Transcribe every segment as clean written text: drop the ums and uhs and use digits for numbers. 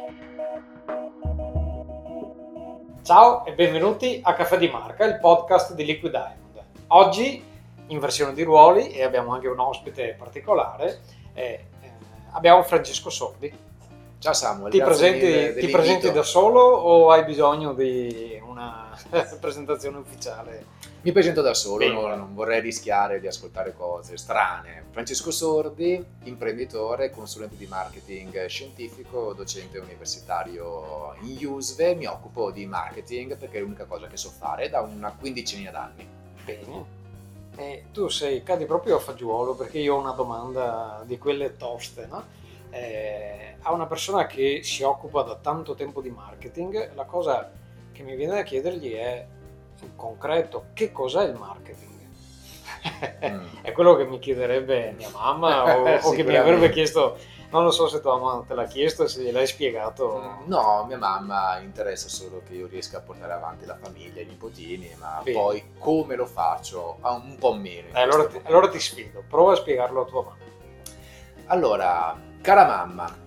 Ciao e benvenuti a Caffè di Marca, il podcast di Liquid Diamond. Oggi in versione di ruoli e abbiamo anche un ospite particolare, abbiamo Francesco Sordi. Ciao Samuel, Ti grazie mille presenti dell'invito. da solo o hai bisogno di una presentazione ufficiale? Mi presento da solo, Bene. non vorrei rischiare di ascoltare cose strane. Francesco Sordi, imprenditore, consulente di marketing scientifico, docente universitario in USVE. Mi occupo di marketing perché è l'unica cosa che so fare da una quindicina d'anni. Bene. Tu cadi proprio a fagiolo perché io ho una domanda di quelle toste, no? A una persona che si occupa da tanto tempo di marketing, la cosa che mi viene da chiedergli è in concreto che cos'è il marketing? È quello che mi chiederebbe mia mamma o che mi avrebbe chiesto, non lo so se tua mamma te l'ha chiesto e se gliel'hai spiegato. No, mia mamma interessa solo che io riesca a portare avanti la famiglia, i nipotini, ma Bene. poi come lo faccio un po' meno. Allora ti sfido, prova a spiegarlo a tua mamma. Allora, cara mamma,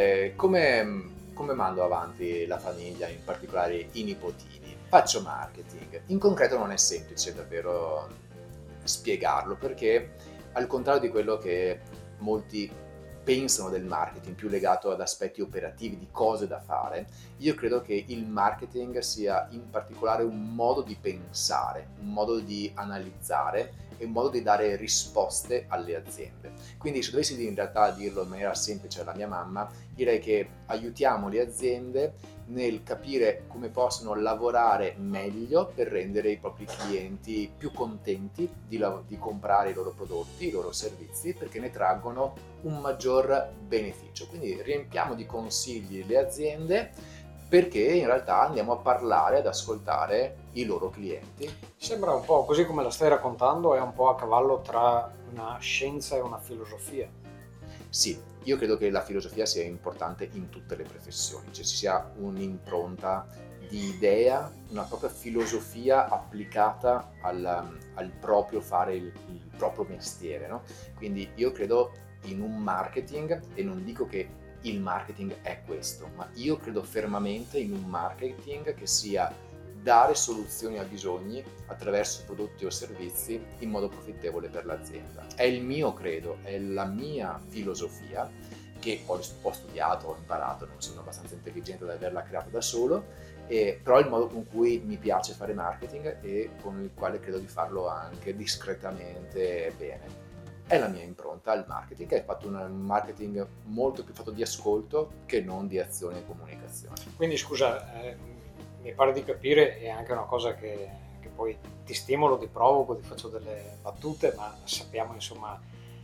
come mando avanti la famiglia, in particolare i nipotini? Faccio marketing. In concreto non è semplice davvero spiegarlo, perché al contrario di quello che molti pensano del marketing, più legato ad aspetti operativi, di cose da fare, io credo che il marketing sia in particolare un modo di pensare, un modo di analizzare e un modo di dare risposte alle aziende. Quindi se dovessi in realtà dirlo in maniera semplice alla mia mamma, direi che aiutiamo le aziende nel capire come possono lavorare meglio per rendere i propri clienti più contenti di comprare i loro prodotti, i loro servizi, perché ne traggono un maggior beneficio. Quindi riempiamo di consigli le aziende perché in realtà andiamo a parlare, ad ascoltare i loro clienti. Sembra un po', così come la stai raccontando, è un po' a cavallo tra una scienza e una filosofia. Sì, io credo che la filosofia sia importante in tutte le professioni, cioè ci sia un'impronta di idea, una propria filosofia applicata al proprio fare il proprio mestiere, no? Quindi io credo in un marketing, e non dico che il marketing è questo, ma io credo fermamente in un marketing che sia dare soluzioni a bisogni attraverso prodotti o servizi in modo profittevole per l'azienda. È il mio credo, è la mia filosofia che ho studiato, ho imparato, non sono abbastanza intelligente da averla creata da solo, però è il modo con cui mi piace fare marketing e con il quale credo di farlo anche discretamente bene. È la mia impronta al marketing, che è fatto un marketing molto più fatto di ascolto che non di azione e comunicazione. Quindi scusa, mi pare di capire, è anche una cosa che poi ti stimolo, ti provoco, ti faccio delle battute, ma sappiamo insomma,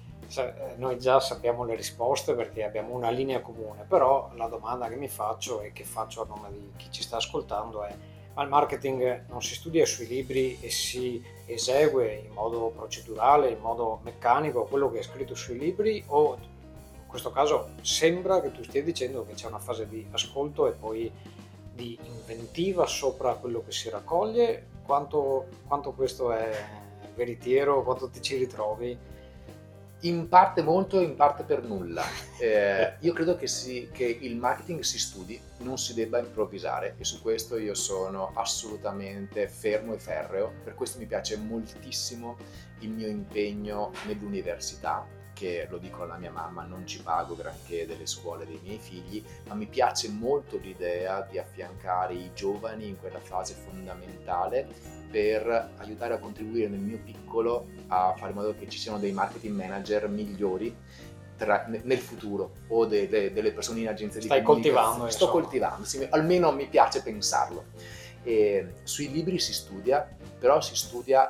noi già sappiamo le risposte perché abbiamo una linea comune, però la domanda che mi faccio e che faccio a nome di chi ci sta ascoltando è: ma il marketing non si studia sui libri e si esegue in modo procedurale, in modo meccanico quello che è scritto sui libri, o in questo caso sembra che tu stia dicendo che c'è una fase di ascolto e poi di inventiva sopra quello che si raccoglie? Quanto questo è veritiero, quanto ti ci ritrovi? In parte molto, in parte per nulla. Io credo che il marketing si studi, non si debba improvvisare, e su questo io sono assolutamente fermo e ferreo. Per questo mi piace moltissimo il mio impegno nell'università, che, lo dico alla mia mamma, non ci pago granché delle scuole dei miei figli, ma mi piace molto l'idea di affiancare i giovani in quella fase fondamentale per aiutare a contribuire nel mio piccolo a fare in modo che ci siano dei marketing manager migliori nel futuro, o delle persone in agenzie di comunicazione. Sto coltivando, sì, almeno mi piace pensarlo. Sui libri si studia, però si studia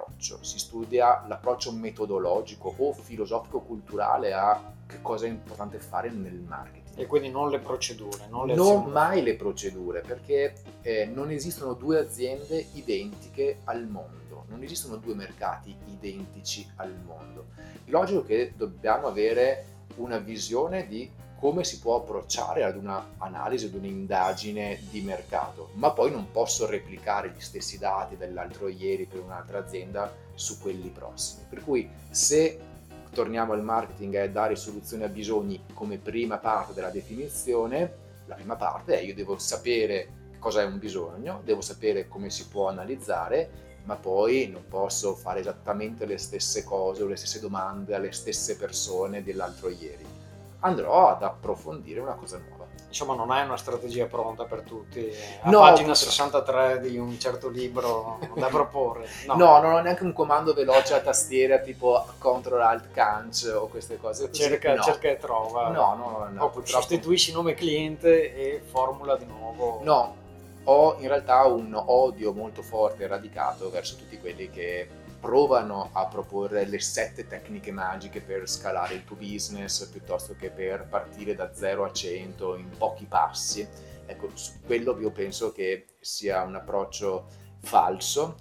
l'approccio metodologico o filosofico-culturale a che cosa è importante fare nel marketing. E quindi non le procedure, non mai le procedure, perché non esistono due aziende identiche al mondo, non esistono due mercati identici al mondo. È logico che dobbiamo avere una visione di come si può approcciare ad una analisi, ad un'indagine di mercato, ma poi non posso replicare gli stessi dati dell'altro ieri per un'altra azienda su quelli prossimi. Per cui se torniamo al marketing e dare soluzioni a bisogni come prima parte della definizione, La prima parte è io devo sapere cosa è un bisogno, devo sapere come si può analizzare, ma poi non posso fare esattamente le stesse cose o le stesse domande alle stesse persone dell'altro ieri. Andrò ad approfondire una cosa nuova. Insomma, non hai una strategia pronta per tutti, a No, pagina purtroppo. 63 di un certo libro da proporre. No, non ho neanche un comando veloce a tastiera tipo Ctrl Alt Canc o queste cose così. Cerca, no. cerca e trova. No, O purtroppo. sostituisci nome cliente e formula di nuovo. No, ho in realtà un odio molto forte e radicato verso tutti quelli che provano a proporre le 7 tecniche magiche per scalare il tuo business piuttosto che per partire da 0 a 100 in pochi passi. Ecco, su quello io penso che sia un approccio falso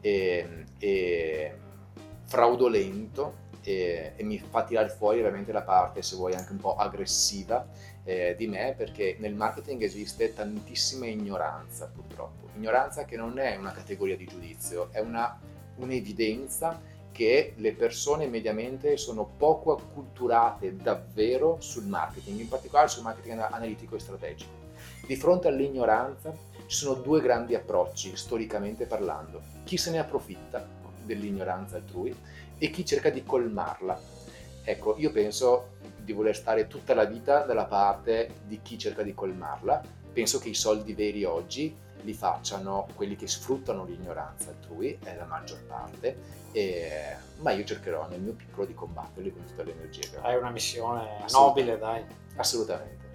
e fraudolento e mi fa tirare fuori veramente la parte, se vuoi, anche un po' aggressiva di me, perché nel marketing esiste tantissima ignoranza, purtroppo. Ignoranza che non è una categoria di giudizio, è un'evidenza che le persone mediamente sono poco acculturate davvero sul marketing, in particolare sul marketing analitico e strategico. Di fronte all'ignoranza ci sono 2 grandi approcci, storicamente parlando: chi se ne approfitta dell'ignoranza altrui e chi cerca di colmarla. Ecco, io penso di voler stare tutta la vita dalla parte di chi cerca di colmarla. Penso che i soldi veri oggi li facciano quelli che sfruttano l'ignoranza altrui, è la maggior parte, ma io cercherò nel mio piccolo di combatterli con tutta l'energia che ho. Hai una missione nobile, dai. Assolutamente.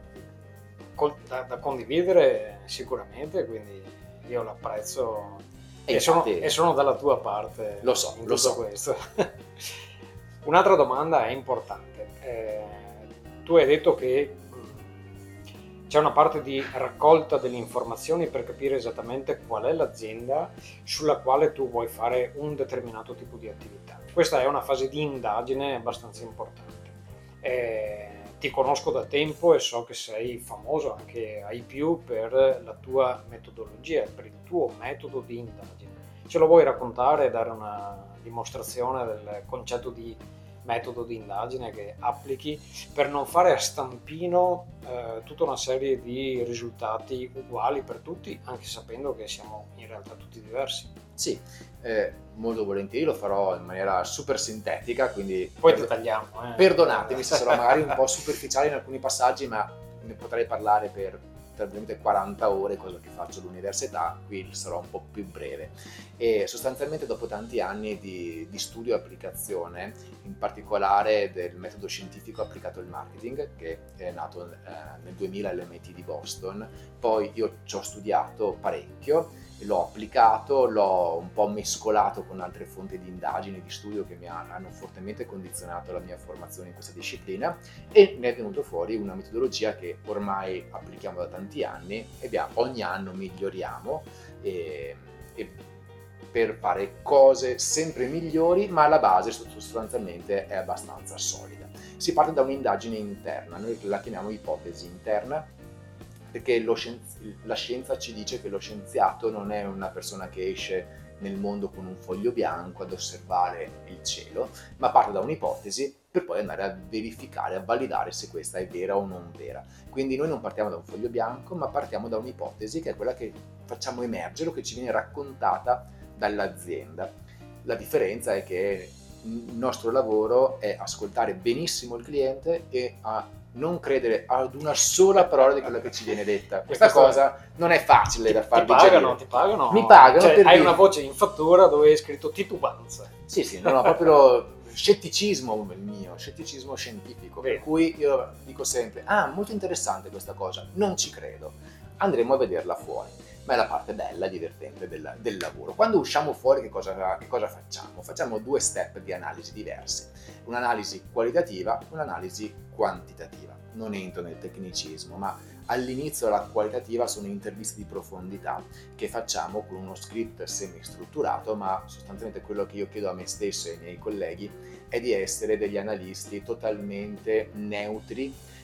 Da condividere sicuramente, quindi io l'apprezzo e sono dalla tua parte. Lo so, in lo tutto so. Questo. Un'altra domanda è importante. Tu hai detto che c'è una parte di raccolta delle informazioni per capire esattamente qual è l'azienda sulla quale tu vuoi fare un determinato tipo di attività. Questa è una fase di indagine abbastanza importante. Ti conosco da tempo e so che sei famoso anche ai più per la tua metodologia, per il tuo metodo di indagine. Ce lo vuoi raccontare e dare una dimostrazione del concetto di metodo di indagine che applichi per non fare a stampino tutta una serie di risultati uguali per tutti, anche sapendo che siamo in realtà tutti diversi? Sì, molto volentieri, lo farò in maniera super sintetica, quindi poi dettagliamo. Perdonatemi se sarò magari un po' superficiale in alcuni passaggi, ma ne potrei parlare per veramente 40 ore, cosa che faccio all'università. Qui sarò un po' più breve. E sostanzialmente dopo tanti anni di studio e applicazione, in particolare del metodo scientifico applicato al marketing, che è nato nel 2000 all'MIT di Boston, poi io ci ho studiato parecchio, l'ho applicato, l'ho un po' mescolato con altre fonti di indagine, di studio che mi hanno fortemente condizionato la mia formazione in questa disciplina, e ne è venuto fuori una metodologia che ormai applichiamo da tanti anni e ogni anno miglioriamo e per fare cose sempre migliori, ma la base sostanzialmente è abbastanza solida. Si parte da un'indagine interna, noi la chiamiamo ipotesi interna, perché la scienza ci dice che lo scienziato non è una persona che esce nel mondo con un foglio bianco ad osservare il cielo, ma parte da un'ipotesi per poi andare a verificare, a validare se questa è vera o non vera. Quindi noi non partiamo da un foglio bianco, ma partiamo da un'ipotesi che è quella che facciamo emergere o che ci viene raccontata dall'azienda. La differenza è che il nostro lavoro è ascoltare benissimo il cliente e a non credere ad una sola parola di quella che ci viene detta. Questa cosa non è facile da far digerire. Ti pagano? Mi pagano, cioè, hai una voce in fattura dove è scritto titubanza. Sì, no, proprio scetticismo il mio, scetticismo scientifico. Bene. Per cui io dico sempre, molto interessante questa cosa, non ci credo. Andremo a vederla fuori. Ma è la parte bella e divertente del lavoro. Quando usciamo fuori che cosa facciamo? Facciamo 2 step di analisi diverse. Un'analisi qualitativa e un'analisi quantitativa. Non entro nel tecnicismo, ma all'inizio la qualitativa sono interviste di profondità che facciamo con uno script semi-strutturato, ma sostanzialmente quello che io chiedo a me stesso e ai miei colleghi è di essere degli analisti totalmente neutri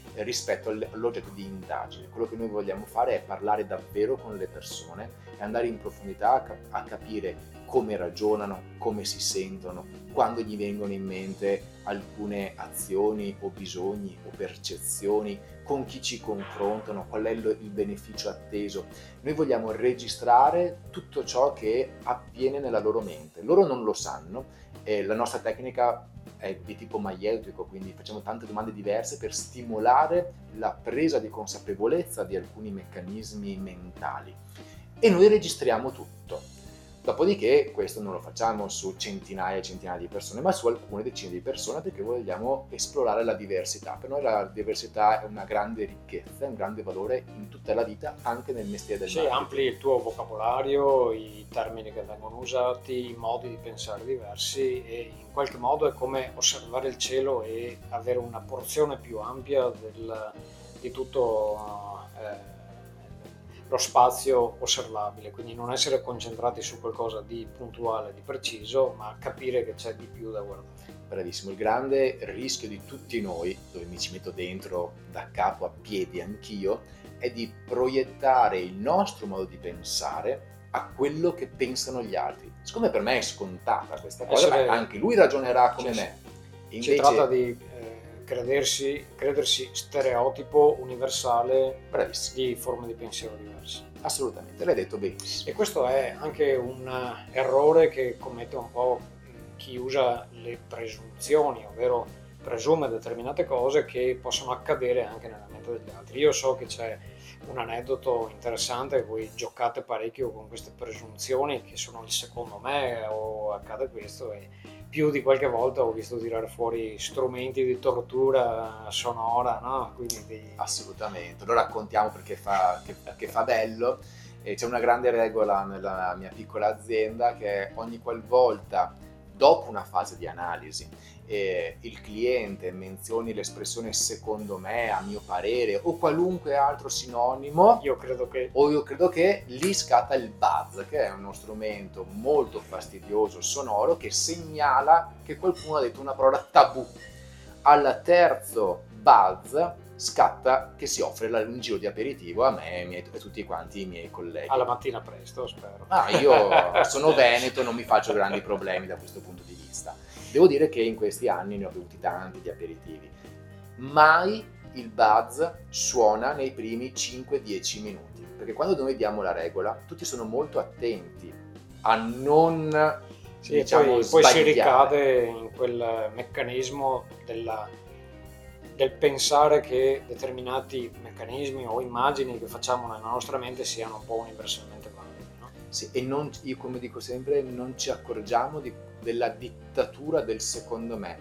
rispetto all'oggetto di indagine. Quello che noi vogliamo fare è parlare davvero con le persone e andare in profondità a capire come ragionano, come si sentono, quando gli vengono in mente alcune azioni o bisogni o percezioni, con chi ci confrontano, qual è il beneficio atteso. Noi vogliamo registrare tutto ciò che avviene nella loro mente. Loro non lo sanno, la nostra tecnica è di tipo maieutico, quindi facciamo tante domande diverse per stimolare la presa di consapevolezza di alcuni meccanismi mentali e noi registriamo tutto. Dopodiché questo non lo facciamo su centinaia e centinaia di persone, ma su alcune decine di persone, perché vogliamo esplorare la diversità. Per noi la diversità è una grande ricchezza, è un grande valore in tutta la vita, anche nel mestiere del marketing. Ampli il tuo vocabolario, i termini che vengono usati, i modi di pensare diversi, e in qualche modo è come osservare il cielo e avere una porzione più ampia di tutto lo spazio osservabile, quindi non essere concentrati su qualcosa di puntuale, di preciso, ma capire che c'è di più da guardare. Bravissimo, il grande rischio di tutti noi, dove mi ci metto dentro da capo a piedi anch'io, è di proiettare il nostro modo di pensare a quello che pensano gli altri. Siccome per me è scontata questa cosa, anche lui ragionerà come me. Invece, si tratta di credersi stereotipo universale. Bravissimo. Di forme di pensiero diverse. Assolutamente, l'hai detto benissimo. E questo è anche un errore che commette un po' chi usa le presunzioni, ovvero presume determinate cose che possono accadere anche nella mente degli altri. Io so che c'è un aneddoto interessante, voi giocate parecchio con queste presunzioni che sono il secondo me o accade questo, e più di qualche volta ho visto tirare fuori strumenti di tortura sonora, no? Quindi Assolutamente, lo raccontiamo perché fa bello. E c'è una grande regola nella mia piccola azienda, che è ogni qualvolta dopo una fase di analisi il cliente menzioni l'espressione secondo me, a mio parere o qualunque altro sinonimo, io credo che lì scatta il buzz, che è uno strumento molto fastidioso, sonoro, che segnala che qualcuno ha detto una parola tabù. Al terzo buzz scatta che si offre un giro di aperitivo a me e tutti quanti i miei colleghi. Alla mattina presto, spero. Io sono veneto, non mi faccio grandi problemi da questo punto di vista. Devo dire che in questi anni ne ho bevuti tanti di aperitivi. Mai il buzz suona nei primi 5-10 minuti, perché quando noi diamo la regola, tutti sono molto attenti a non poi si ricade in quel meccanismo del pensare che determinati meccanismi o immagini che facciamo nella nostra mente siano un po' universalmente validi, no? Sì, e io, come dico sempre, non ci accorgiamo della dittatura del secondo me.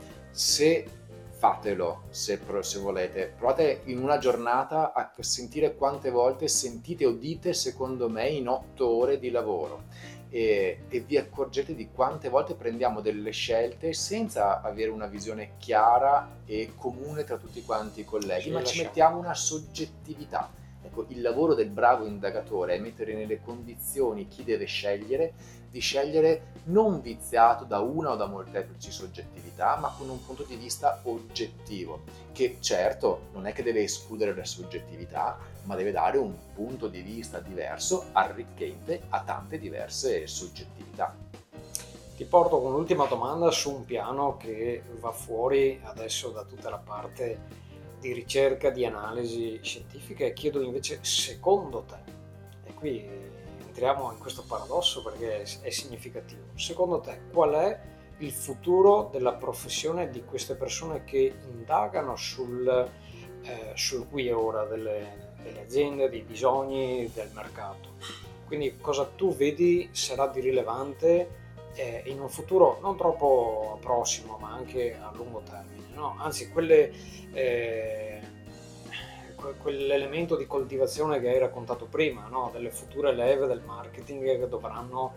Fatelo, se volete, provate in una giornata a sentire quante volte sentite o dite secondo me in 8 ore di lavoro. E vi accorgete di quante volte prendiamo delle scelte senza avere una visione chiara e comune tra tutti quanti i colleghi, ma ci mettiamo una soggettività. Ecco, il lavoro del bravo indagatore è mettere nelle condizioni chi deve scegliere, di scegliere non viziato da una o da molteplici soggettività, ma con un punto di vista oggettivo, che certo non è che deve escludere la soggettività, ma deve dare un punto di vista diverso, arricchente a tante diverse soggettività. Ti porto con l'ultima domanda su un piano che va fuori adesso da tutta la parte di ricerca, di analisi scientifica, e chiedo invece, secondo te, e qui entriamo in questo paradosso perché è significativo, secondo te qual è il futuro della professione di queste persone che indagano sul qui e ora delle aziende, dei bisogni del mercato? Quindi cosa tu vedi sarà di rilevante in un futuro non troppo prossimo, ma anche a lungo termine, no? Anzi, quell'elemento di coltivazione che hai raccontato prima, no? Delle future leve del marketing che dovranno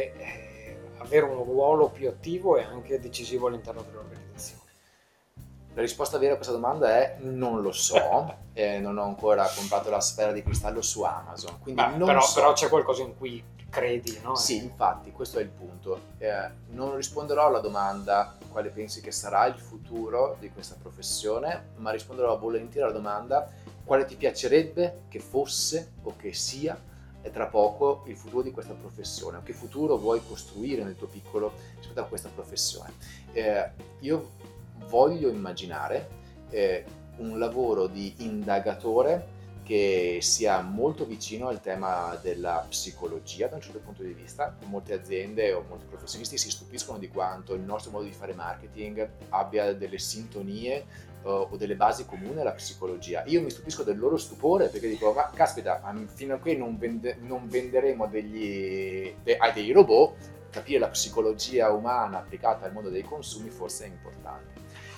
avere un ruolo più attivo e anche decisivo all'interno dell'organizzazione. La risposta vera a questa domanda è non lo so, non ho ancora comprato la sfera di cristallo su Amazon, quindi non so. Però c'è qualcosa in cui credi, no? Sì, infatti, questo è il punto. Non risponderò alla domanda quale pensi che sarà il futuro di questa professione, ma risponderò volentieri alla domanda quale ti piacerebbe che fosse o che sia tra poco il futuro di questa professione, o che futuro vuoi costruire nel tuo piccolo rispetto a questa professione. Io voglio immaginare un lavoro di indagatore che sia molto vicino al tema della psicologia da un certo punto di vista. Molte aziende o molti professionisti si stupiscono di quanto il nostro modo di fare marketing abbia delle sintonie o delle basi comuni alla psicologia. Io mi stupisco del loro stupore, perché dico, ma caspita, fino a qui non venderemo dei robot, capire la psicologia umana applicata al mondo dei consumi forse è importante.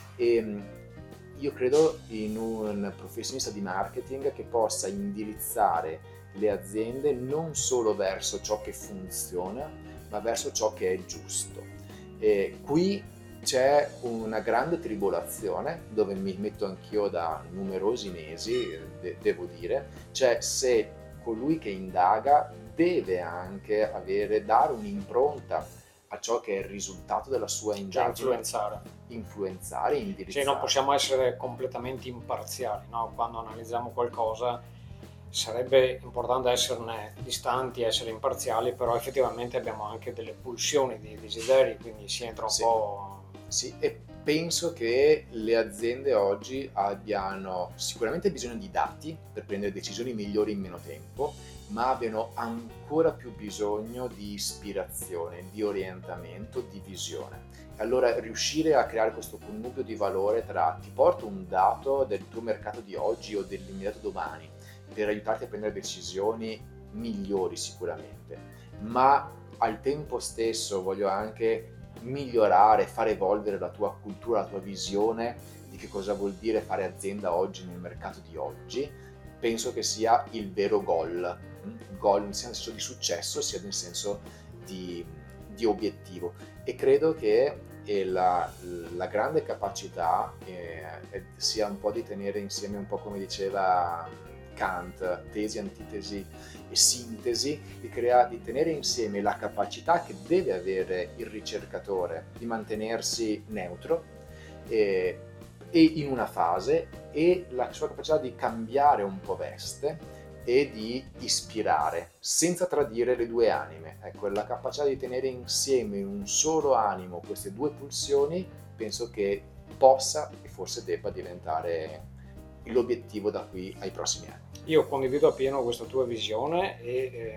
E io credo in un professionista di marketing che possa indirizzare le aziende non solo verso ciò che funziona, ma verso ciò che è giusto. E qui c'è una grande tribolazione, dove mi metto anch'io da numerosi mesi, devo dire, cioè se colui che indaga deve anche dare un'impronta a ciò che è il risultato della sua indagine, influenzare, indirizzare. Cioè non possiamo essere completamente imparziali, no? Quando analizziamo qualcosa sarebbe importante esserne distanti, essere imparziali, però effettivamente abbiamo anche delle pulsioni di desideri, quindi si entra un po'... Sì, e penso che le aziende oggi abbiano sicuramente bisogno di dati per prendere decisioni migliori in meno tempo, ma abbiano ancora più bisogno di ispirazione, di orientamento, di visione. Allora riuscire a creare questo connubio di valore tra ti porto un dato del tuo mercato di oggi o dell'immediato domani per aiutarti a prendere decisioni migliori sicuramente, ma al tempo stesso voglio anche migliorare, far evolvere la tua cultura, la tua visione di che cosa vuol dire fare azienda oggi nel mercato di oggi. Penso che sia il vero goal nel senso di successo, sia nel senso di obiettivo, e credo che la grande capacità sia un po' di tenere insieme, un po' come diceva Kant, tesi, antitesi e sintesi, di tenere insieme la capacità che deve avere il ricercatore di mantenersi neutro e in una fase, e la sua capacità di cambiare un po' veste e di ispirare senza tradire le due anime. Ecco, la capacità di tenere insieme in un solo animo queste due pulsioni penso che possa e forse debba diventare l'obiettivo da qui ai prossimi anni. Io condivido appieno questa tua visione e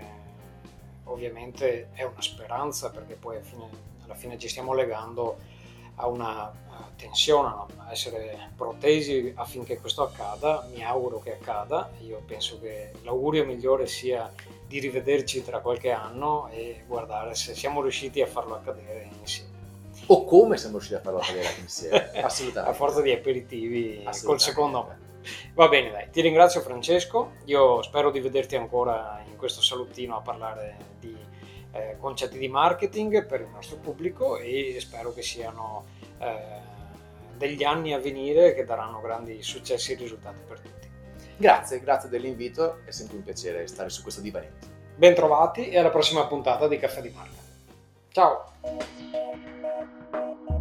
ovviamente è una speranza, perché poi alla fine ci stiamo legando a una tensione, a essere protesi affinché questo accada. Mi auguro che accada. Io penso che l'augurio migliore sia di rivederci tra qualche anno e guardare se siamo riusciti a farlo accadere insieme. O come siamo riusciti a farlo accadere insieme. Assolutamente. A forza di aperitivi col secondo me. Va bene, dai, ti ringrazio Francesco, io spero di vederti ancora in questo salottino a parlare di concetti di marketing per il nostro pubblico, e spero che siano degli anni a venire che daranno grandi successi e risultati per tutti. Grazie dell'invito, è sempre un piacere stare su questo divanetto. Bentrovati e alla prossima puntata di Caffè di Marca. Ciao!